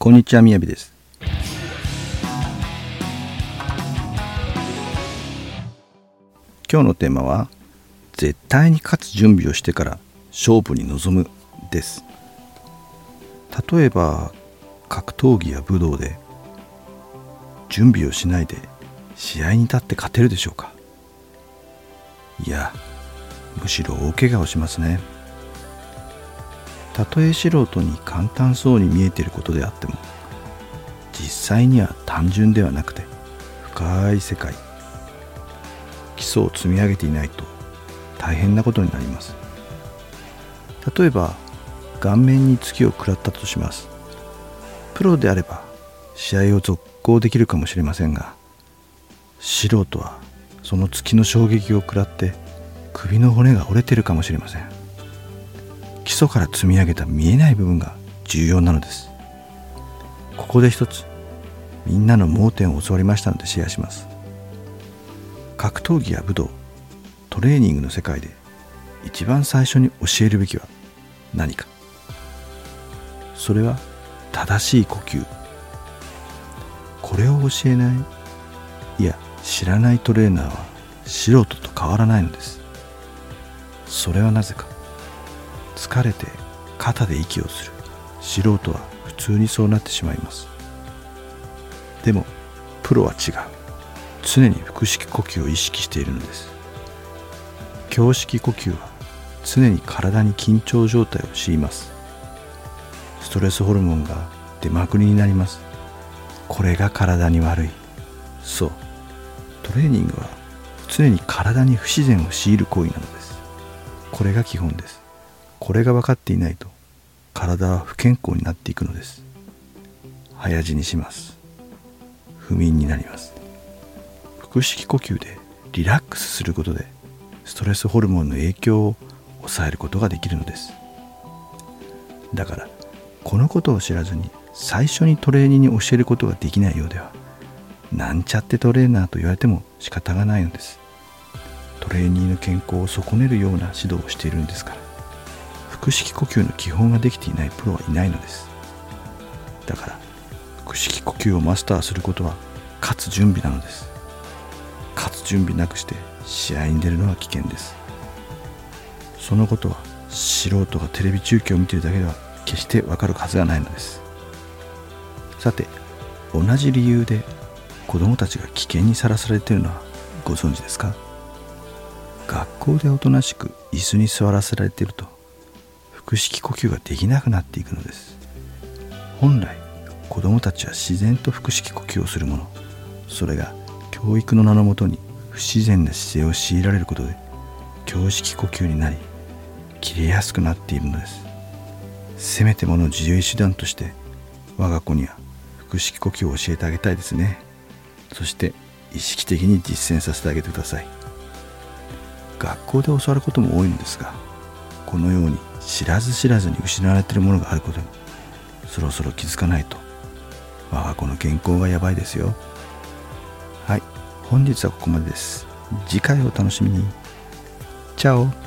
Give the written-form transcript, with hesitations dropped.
こんにちは、みやびです。今日のテーマは絶対に勝つ準備をしてから勝負に臨むです。例えば格闘技や武道で準備をしないで試合に立って勝てるでしょうか。いや、むしろ大怪我をしますね。たとえ素人に簡単そうに見えていることであっても、実際には単純ではなくて深い世界、基礎を積み上げていないと大変なことになります。例えば顔面に突きを食らったとします。プロであれば試合を続行できるかもしれませんが、素人はその突きの衝撃を食らって首の骨が折れているかもしれません。基礎から積み上げた見えない部分が重要なのです。ここで一つみんなの盲点を教わりましたのでシェアします。格闘技や武道、トレーニングの世界で一番最初に教えるべきは何か。それは正しい呼吸。これを教えない、いや知らないトレーナーは素人と変わらないのです。それはなぜか。疲れて肩で息をする素人は普通にそうなってしまいます。でもプロは違う。常に腹式呼吸を意識しているのです。胸式呼吸は常に体に緊張状態を強います。ストレスホルモンが出まくりになります。これが体に悪い。そう、トレーニングは常に体に不自然を強いる行為なのです。これが基本です。これが分かっていないと体は不健康になっていくのです。早死にします。不眠になります。腹式呼吸でリラックスすることでストレスホルモンの影響を抑えることができるのです。だからこのことを知らずに最初にトレーニーに教えることができないようでは、なんちゃってトレーナーと言われても仕方がないのです。トレーニーの健康を損ねるような指導をしているんですから。腹式呼吸の基本ができていないプロはいないのです。だから腹式呼吸をマスターすることは勝つ準備なのです。勝つ準備なくして試合に出るのは危険です。そのことは素人がテレビ中継を見ているだけでは決してわかるはずがないのです。さて、同じ理由で子供たちが危険にさらされているのはご存知ですか？学校でおとなしく椅子に座らせられていると腹式呼吸ができなくなっていくのです。本来子供たちは自然と腹式呼吸をするもの。それが教育の名のもとに不自然な姿勢を強いられることで胸式呼吸になり、切れやすくなっているのです。せめてもの自由手段として我が子には腹式呼吸を教えてあげたいですね。そして意識的に実践させてあげてください。学校で教わることも多いのですが、このように知らず知らずに失われているものがあることにそろそろ気づかないと我が子の健康がやばいですよ。はい、本日はここまでです。次回をお楽しみに。チャオ。